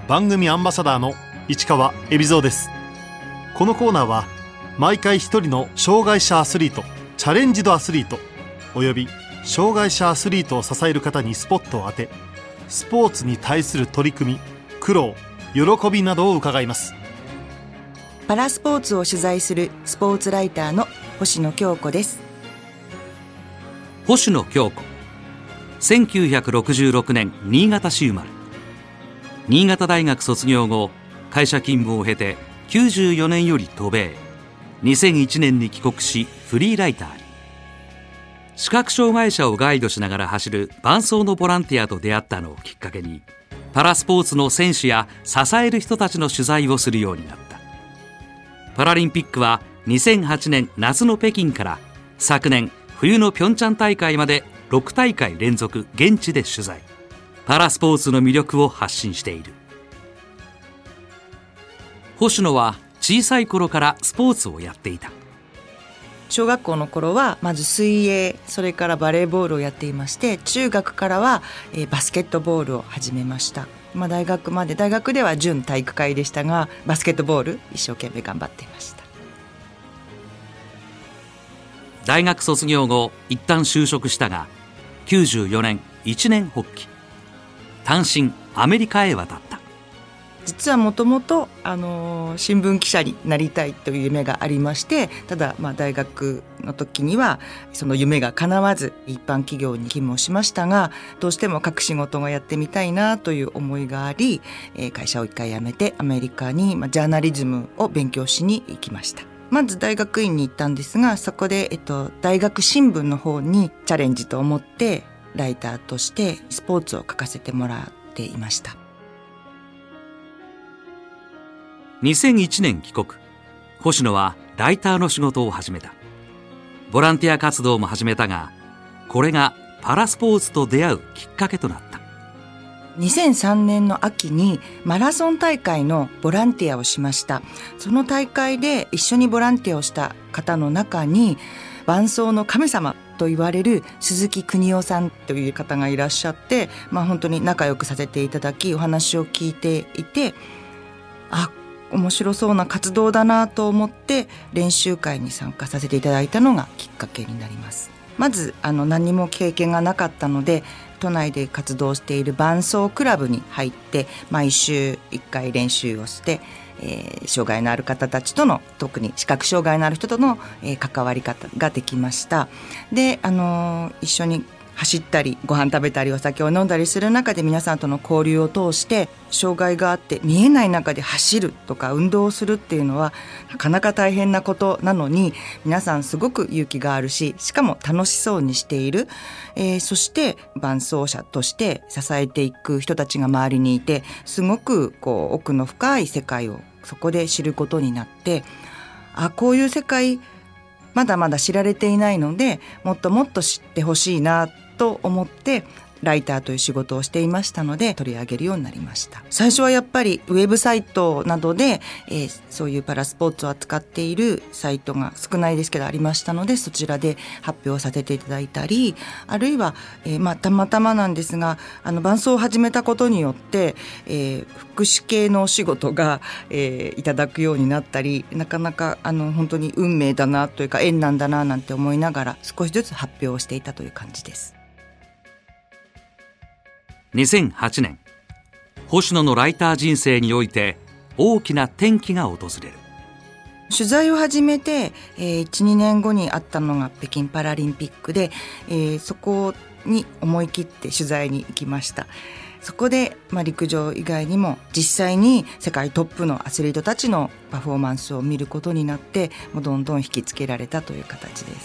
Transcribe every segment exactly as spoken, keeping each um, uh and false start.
番組アンバサダーの市川恵比蔵です。このコーナーは毎回一人の障害者アスリート、チャレンジドアスリートおよび障害者アスリートを支える方にスポットを当て、スポーツに対する取り組み、苦労、喜びなどを伺います。 パラスポーツを取材するスポーツライターの星野京子です。 星野京子、せんきゅうひゃくろくじゅうろくねん新潟市生まれ。新潟大学卒業後、会社勤務を経てきゅうじゅうよねんより渡米、にせんいちねんに帰国しフリーライターに。視覚障害者をガイドしながら走る伴走のボランティアと出会ったのをきっかけに、パラスポーツの選手や支える人たちの取材をするようになった。パラリンピックはにせんはちねん夏の北京から昨年冬のピョンチャン大会までろくたいかい連続現地で取材、パラスポーツの魅力を発信している。星野は小さい頃からスポーツをやっていた。 小学校の頃はまず水泳、それからバレーボールをやっていまして、中学からは、えー、バスケットボールを始めました。まあ、大学まで大学では準体育会でしたが、バスケットボール一生懸命頑張っていました。 大学卒業後一旦就職したが、きゅうじゅうよねん一年発起、単身アメリカへ渡った。 実はもともと新聞記者になりたいという夢がありまして、ただまあ大学の時にはその夢が叶わず一般企業に勤務をしましたが、どうしても書く仕事がやってみたいなという思いがあり、会社を一回辞めてアメリカにジャーナリズムを勉強しに行きました。まず大学院に行ったんですが、そこで、えっと、大学新聞の方にチャレンジと思ってライターとしてスポーツを書かせてもらっていました。 にせんいちねん帰国、星野はライターの仕事を始めた。ボランティア活動も始めたが、これがパラスポーツと出会うきっかけとなった。 にせんさんねんの秋にマラソン大会のボランティアをしました。その大会で一緒にボランティアをした方の中に、伴走の神様と言われる鈴木邦夫さんという方がいらっしゃって、まあ、本当に仲良くさせていただき、お話を聞いていて、あ、面白そうな活動だなと思って練習会に参加させていただいたのがきっかけになります。まずあの何も経験がなかったので、都内で活動している伴走クラブに入って毎週いっかい練習をして、えー、障害のある方たちとの、特に視覚障害のある人との、えー、関わり方ができました。で、あのー、一緒に走ったりご飯食べたりお酒を飲んだりする中で、皆さんとの交流を通して障害があって見えない中で走るとか運動をするっていうのはなかなか大変なことなのに、皆さんすごく勇気があるし、しかも楽しそうにしている、えー、そして伴走者として支えていく人たちが周りにいて、すごくこう奥の深い世界をそこで知ることになって、あ、こういう世界まだまだ知られていないので、もっともっと知ってほしいなと思ってライターという仕事をしていましたので、取り上げるようになりました。最初はやっぱりウェブサイトなどで、えー、そういうパラスポーツを扱っているサイトが少ないですけどありましたので、そちらで発表させていただいたり、あるいは、えーまあ、たまたまなんですが、あの伴走を始めたことによって、えー、福祉系のお仕事が、えー、いただくようになったり、なかなかあの本当に運命だなというか縁なんだななんて思いながら少しずつ発表をしていたという感じです。 にせんはちねん、星野のライター人生において大きな転機が訪れる。 取材を始めて、えー、いち、にねんごにあったのが北京パラリンピックで、えー、そこに思い切って取材に行きました。そこで、まあ、陸上以外にも実際に世界トップのアスリートたちのパフォーマンスを見ることになって、もうどんどん引きつけられたという形です。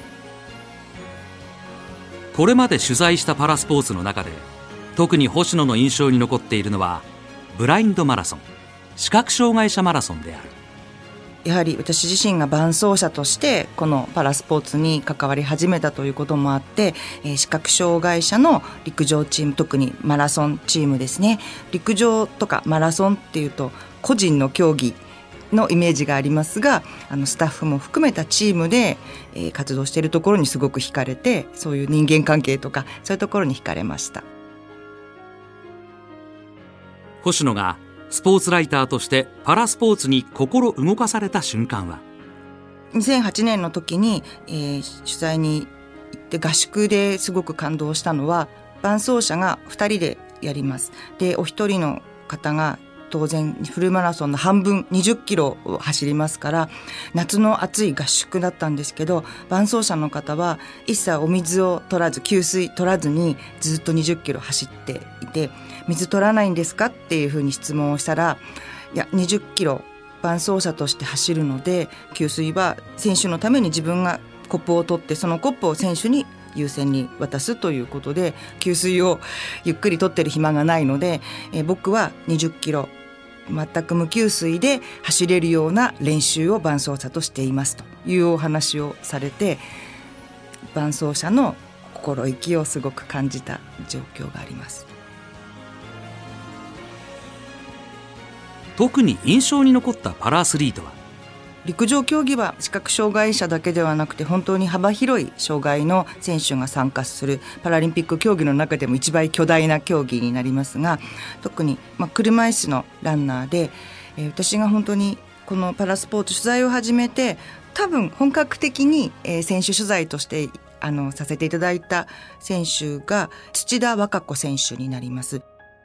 これまで取材したパラスポーツの中で特に星野の印象に残っているのはブラインドマラソン、視覚障害者マラソンである。 やはり私自身が伴走者としてこのパラスポーツに関わり始めたということもあって、えー、視覚障害者の陸上チーム、特にマラソンチームですね。陸上とかマラソンっていうと個人の競技のイメージがありますが、あのスタッフも含めたチームで、えー、活動しているところにすごく惹かれて、そういう人間関係とかそういうところに惹かれました。 星野がスポーツライターとしてパラスポーツに心動かされた瞬間は、 にせんはちねんの時に、えー、取材に行って合宿ですごく感動したのは、伴走者がふたりでやります。でお一人の方が当然フルマラソンの半分にじゅっキロを走りますから、夏の暑い合宿だったんですけど、伴走者の方は一切お水を取らず給水取らずにずっとにじゅっキロ走っていて、水取らないんですかっていうふうに質問をしたら、いやにじゅっキロ伴走者として走るので、給水は選手のために自分がコップを取って、そのコップを選手に優先に渡すということで、給水をゆっくり取ってる暇がないので、えー、僕はにじゅっキロ全く無給水で走れるような練習を伴走者としていますというお話をされて、伴走者の心意気をすごく感じた状況があります。 特に印象に残ったパラアスリートは、 陸上競技は視覚障害者だけではなくて、本当に幅広い障害の選手が参加するパラリンピック競技の中でも一番巨大な競技になりますが、特に、まあ、車椅子のランナーで、えー、私が本当にこのパラスポーツ取材を始めて、多分本格的に、えー、選手取材としてあのさせていただいた選手が土田和歌子選手になります。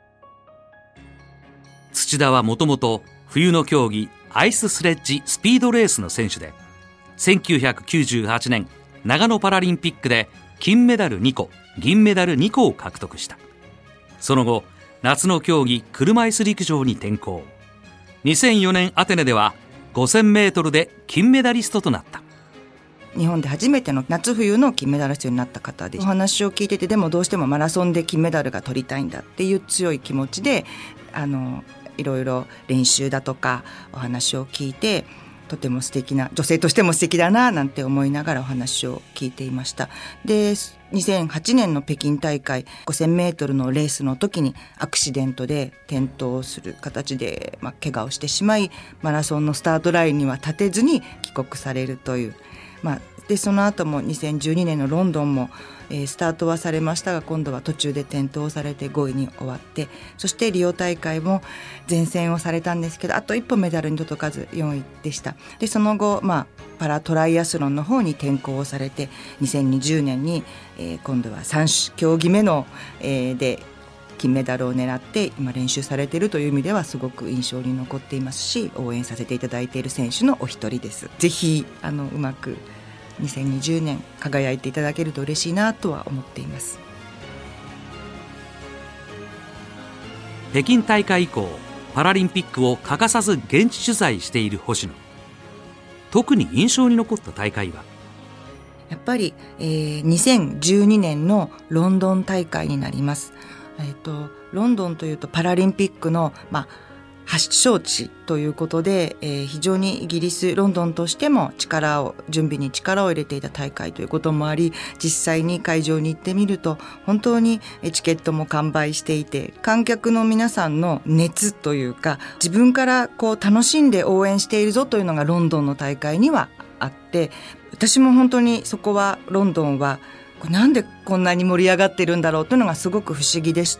土田はもともと冬の競技アイススレッジスピードレースの選手で、せんきゅうひゃくきゅうじゅうはちねん長野パラリンピックで金メダルにこ銀メダルにこを獲得した。その後夏の競技車椅子陸上に転向。にせんよねんアテネではごせんメートルで金メダリストとなった。 日本で初めての夏冬の金メダリストになった方で、お話を聞いてて、でもどうしてもマラソンで金メダルが取りたいんだっていう強い気持ちで、あのいろいろ練習だとかお話を聞いて、とても素敵な、女性としても素敵だななんて思いながらお話を聞いていました。でにせんはちねんの北京大会ごせんメートルのレースの時にアクシデントで転倒する形で、まあ、怪我をしてしまい、マラソンのスタートラインには立てずに帰国されるという、まあ、でその後もにせんじゅうにねんのロンドンも、えー、スタートはされましたが、今度は途中で転倒されてごいに終わって、そしてリオ大会も前線をされたんですけど、あと一歩メダルに届かずよんいでした。でその後、まあ、パラトライアスロンの方に転向をされて、にせんにじゅうねんに、えー、今度はさん競技目の、えー、で金メダルを狙って今練習されているという意味ではすごく印象に残っていますし、応援させていただいている選手のお一人です。ぜひあのうまくにせんにじゅうねん輝いていただけると嬉しいなとは思っています。 北京大会以降パラリンピックを欠かさず現地取材している星野。特に印象に残った大会はやっぱり、えー、にせんじゅうにねんのロンドン大会になります。えーと、ロンドンというとパラリンピックの、まあ、発祥地ということで、えー、非常にイギリスロンドンとしても力を準備に力を入れていた大会ということもあり、実際に会場に行ってみると本当にチケットも完売していて、観客の皆さんの熱というか、自分からこう楽しんで応援しているぞというのがロンドンの大会にはあって、私も本当にそこはロンドンはなんでこんなに盛り上がってるんだろうというのがすごく不思議でした。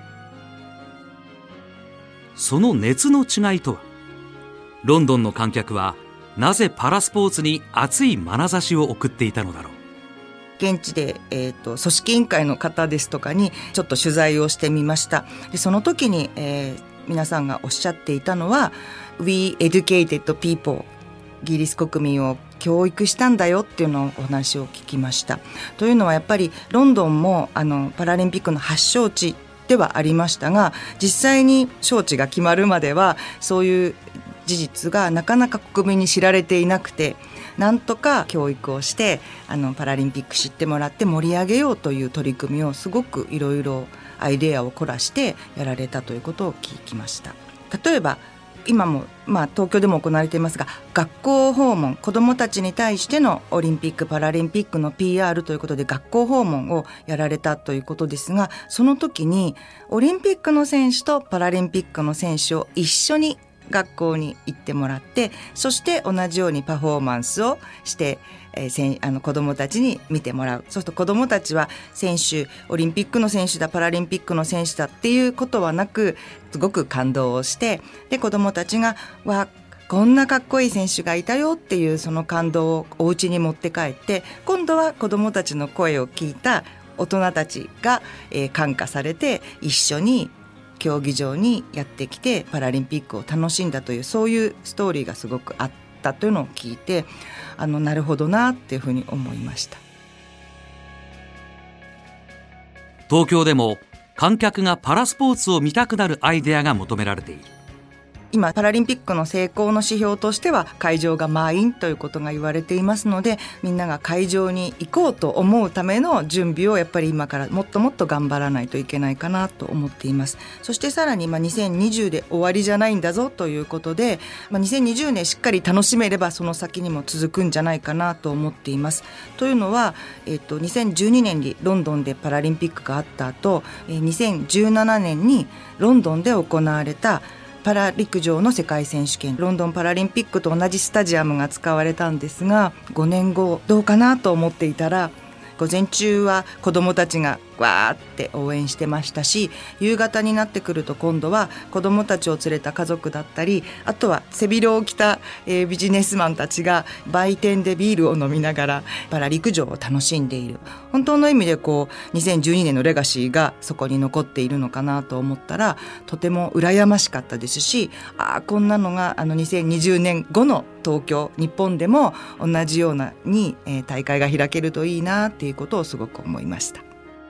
その熱の違いとは、ロンドンの観客はなぜパラスポーツに熱い眼差しを送っていたのだろう。 現地で、えーと、組織委員会の方ですとかにちょっと取材をしてみました。でその時に、えー、皆さんがおっしゃっていたのは We educated people、 イギリス国民を教育したんだよっていうのをお話を聞きました。というのはやっぱりロンドンもあのパラリンピックの発祥地ではありましたが、実際に招致が決まるまではそういう事実がなかなか国民に知られていなくて、なんとか教育をしてあのパラリンピック知ってもらって盛り上げようという取り組みをすごくいろいろアイデアを凝らしてやられたということを聞きました。例えば今も、まあ、東京でも行われていますが、学校訪問、子どもたちに対してのオリンピック・パラリンピックの ピーアール ということで学校訪問をやられたということですが、その時にオリンピックの選手とパラリンピックの選手を一緒に学校に行ってもらって、そして同じようにパフォーマンスをして、えー、せんあの子どもたちに見てもらう。そうすると子どもたちは選手、オリンピックの選手だ、パラリンピックの選手だっていうことはなく、すごく感動をして、で子どもたちがわこんなかっこいい選手がいたよっていうその感動をお家に持って帰って、今度は子どもたちの声を聞いた大人たちが、えー、感化されて一緒に競技場にやってきてパラリンピックを楽しんだという、そういうストーリーがすごくあったというのを聞いて、あのなるほどなっていうふうに思いました。 東京でも観客がパラスポーツを見たくなるアイデアが求められている。 今パラリンピックの成功の指標としては会場が満員ということが言われていますので、みんなが会場に行こうと思うための準備をやっぱり今からもっともっと頑張らないといけないかなと思っています。そしてさらにまあにせんにじゅうで終わりじゃないんだぞということで、まあ、にせんにじゅうねんしっかり楽しめればその先にも続くんじゃないかなと思っています。というのは、えっと、にせんじゅうにねんにロンドンでパラリンピックがあった後、にせんじゅうななねんにロンドンで行われたパラ陸上の世界選手権、ロンドンパラリンピックと同じスタジアムが使われたんですが、ごねんごどうかなと思っていたら、午前中は子どもたちがわーって応援してましたし、夕方になってくると今度は子どもたちを連れた家族だったり、あとは背広を着た、えー、ビジネスマンたちが売店でビールを飲みながらパラ陸上を楽しんでいる。本当の意味でこうにせんじゅうにねんのレガシーがそこに残っているのかなと思ったら、とても羨ましかったですし、ああこんなのがあのにせんにじゅうねんごの東京、日本でも同じようなに、えー、大会が開けるといいなっていうことをすごく思いました。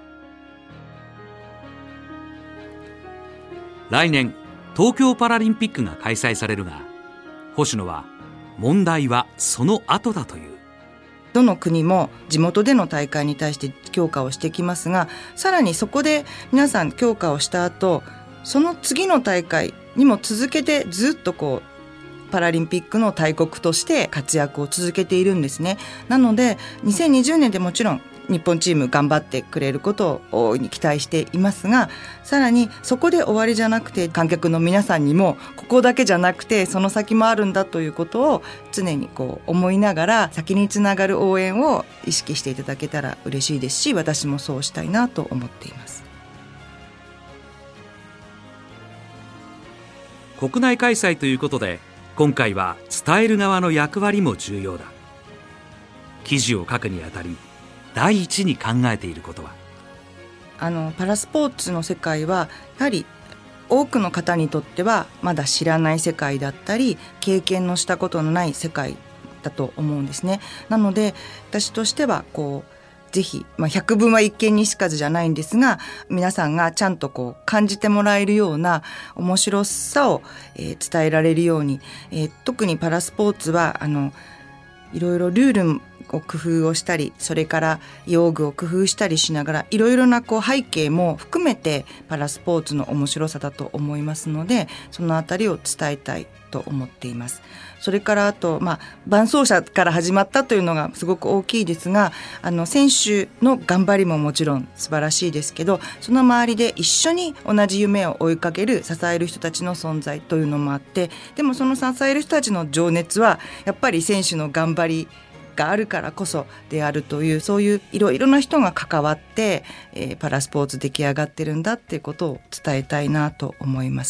来年東京パラリンピックが開催されるが、星野は問題はその後だという。 どの国も地元での大会に対して強化をしてきますが、さらにそこで皆さん強化をした後、その次の大会にも続けてずっとこうパラリンピックの大国として活躍を続けているんですね。なのでにせんにじゅうねんでもちろん日本チーム頑張ってくれることを大いに期待していますが、さらにそこで終わりじゃなくて、観客の皆さんにもここだけじゃなくてその先もあるんだということを常にこう思いながら、先につながる応援を意識していただけたら嬉しいですし、私もそうしたいなと思っています。 国内開催ということで、今回は伝える側の役割も重要だ。記事を書くにあたり第一に考えていることは、 あのパラスポーツの世界はやはり多くの方にとってはまだ知らない世界だったり、経験のしたことのない世界だと思うんですね。なので私としてはこうぜひ、まあ、百聞は一見にしかずじゃないんですが、皆さんがちゃんとこう感じてもらえるような面白さを、えー、伝えられるように、えー、特にパラスポーツはあのいろいろルールを工夫をしたり、それから用具を工夫したりしながら、いろいろなこう背景も含めてパラスポーツの面白さだと思いますので、そのあたりを伝えたいと思っています。それからあと、まあ、伴走者から始まったというのがすごく大きいですが、あの選手の頑張りももちろん素晴らしいですけど、その周りで一緒に同じ夢を追いかける支える人たちの存在というのもあって、でもその支える人たちの情熱はやっぱり選手の頑張りがあるからこそであるという、そういういろいろな人が関わって、えー、パラスポーツ出来上がってるんだっていうことを伝えたいなと思います。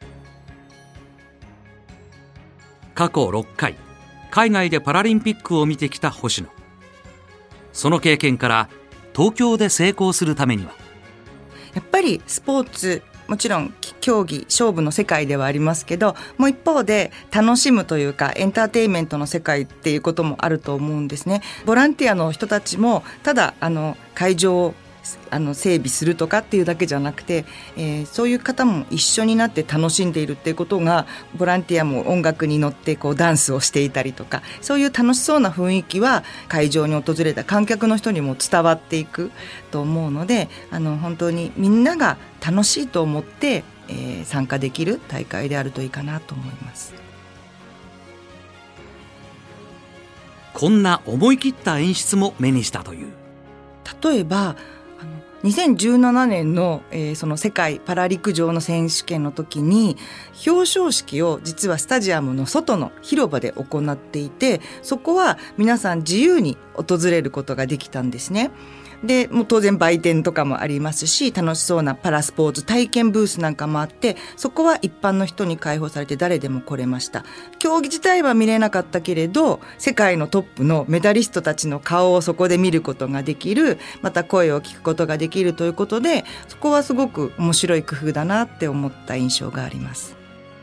過去ろっかい海外でパラリンピックを見てきた星野。その経験から東京で成功するためには、 やっぱりスポーツ、もちろん競技勝負の世界ではありますけど、もう一方で楽しむというかエンターテインメントの世界っていうこともあると思うんですね。ボランティアの人たちもただあの会場をあの整備するとかっていうだけじゃなくて、えー、そういう方も一緒になって楽しんでいるっていうことが、ボランティアも音楽に乗ってこうダンスをしていたりとか、そういう楽しそうな雰囲気は会場に訪れた観客の人にも伝わっていくと思うので、あの本当にみんなが楽しいと思って、えー、参加できる大会であるといいかなと思います。こんな思い切った演出も目にしたという。 例えばにせんじゅうななねんの、えー、その世界パラ陸上の選手権の時に表彰式を実はスタジアムの外の広場で行っていて、そこは皆さん自由に訪れることができたんですね。でもう当然売店とかもありますし、楽しそうなパラスポーツ体験ブースなんかもあって、そこは一般の人に開放されて誰でも来れました。競技自体は見れなかったけれど、世界のトップのメダリストたちの顔をそこで見ることができる、また声を聞くことができるということで、そこはすごく面白い工夫だなって思った印象があります。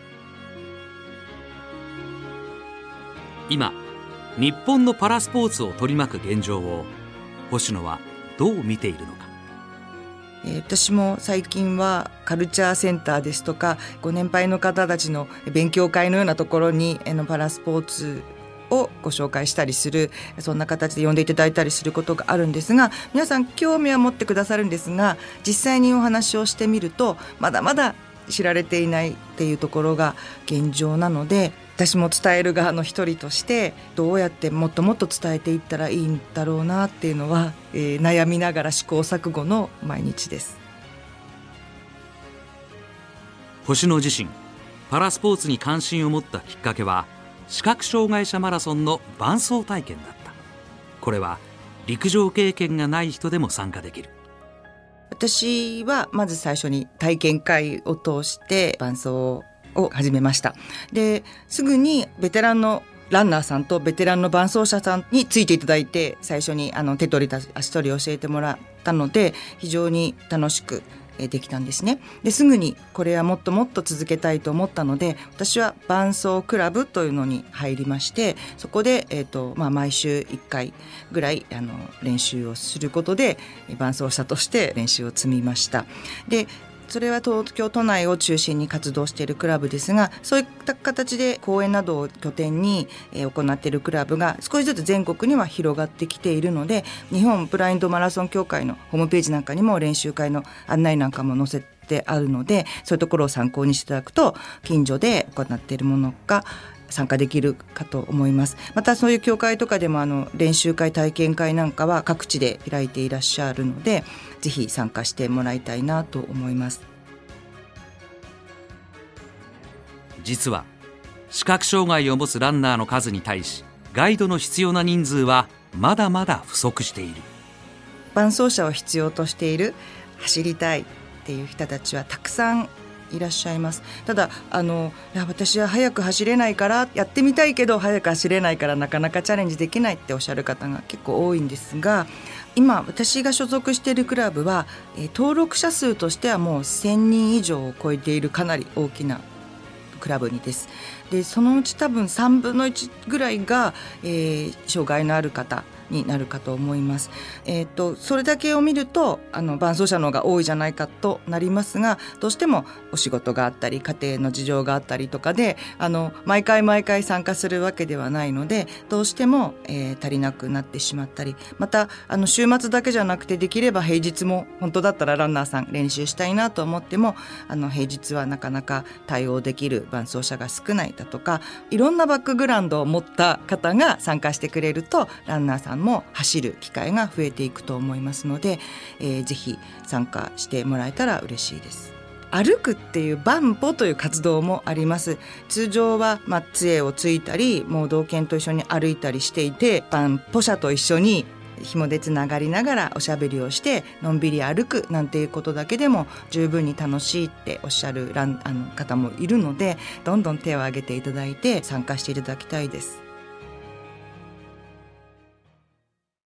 今日本のパラスポーツを取り巻く現状を星野はどう見ているのか。 えー、私も最近はカルチャーセンターですとかご年配の方たちの勉強会のようなところにあのパラスポーツをご紹介したりする、そんな形で呼んでいただいたりすることがあるんですが、皆さん興味は持ってくださるんですが、実際にお話をしてみるとまだまだ知られていないっていうところが現状なので、私も伝える側の一人としてどうやってもっともっと伝えていったらいいんだろうなっていうのは、えー、悩みながら試行錯誤の毎日です。 星野自身パラスポーツに関心を持ったきっかけは視覚障害者マラソンの伴走体験だった。これは陸上経験がない人でも参加できる。 私はまず最初に体験会を通して伴走を始めました。ですぐにベテランのランナーさんとベテランの伴走者さんについていただいて、最初にあの手取り足取り教えてもらったので非常に楽しくできたんですね。ですぐにこれはもっともっと続けたいと思ったので、私は伴走クラブというのに入りまして、そこで、えーとまあ、毎週いっかいぐらいあの練習をすることで伴走者として練習を積みました。でそれは東京都内を中心に活動しているクラブですが、そういった形で講演などを拠点に行っているクラブが少しずつ全国には広がってきているので、日本ブラインドマラソン協会のホームページなんかにも練習会の案内なんかも載せてあるので、そういうところを参考にしていただくと近所で行っているものが参加できるかと思います。またそういう協会とかでもあの練習会体験会なんかは各地で開いていらっしゃるので、ぜひ参加してもらいたいなと思います。 実は視覚障害を持つランナーの数に対しガイドの必要な人数はまだまだ不足している。 伴走者を必要としている、走りたいっていう人たちはたくさんいらっしゃいます。ただあのいや私は早く走れないからやってみたいけど早く走れないからなかなかチャレンジできないっておっしゃる方が結構多いんですが、今私が所属しているクラブは、えー、登録者数としてはもうせんにん以上を超えているかなり大きなクラブにです。でそのうち多分さんぶんのいちぐらいが、えー、障害のある方になるかと思います。えー、とそれだけを見るとあの伴走者の方が多いじゃないかとなりますが、どうしてもお仕事があったり家庭の事情があったりとかであの毎回毎回参加するわけではないので、どうしても、えー、足りなくなってしまったり、またあの週末だけじゃなくてできれば平日も本当だったらランナーさん練習したいなと思ってもあの平日はなかなか対応できる伴走者が少ないだとか、いろんなバックグラウンドを持った方が参加してくれるとランナーさんも走る機会が増えていくと思いますので、えー、ぜひ参加してもらえたら嬉しいです。歩くっていう伴歩という活動もあります。通常は、まあ、杖をついたり盲導犬と一緒に歩いたりしていて、伴歩者と一緒に紐でつながりながらおしゃべりをしてのんびり歩くなんていうことだけでも十分に楽しいっておっしゃるランあの方もいるので、どんどん手を挙げていただいて参加していただきたいです。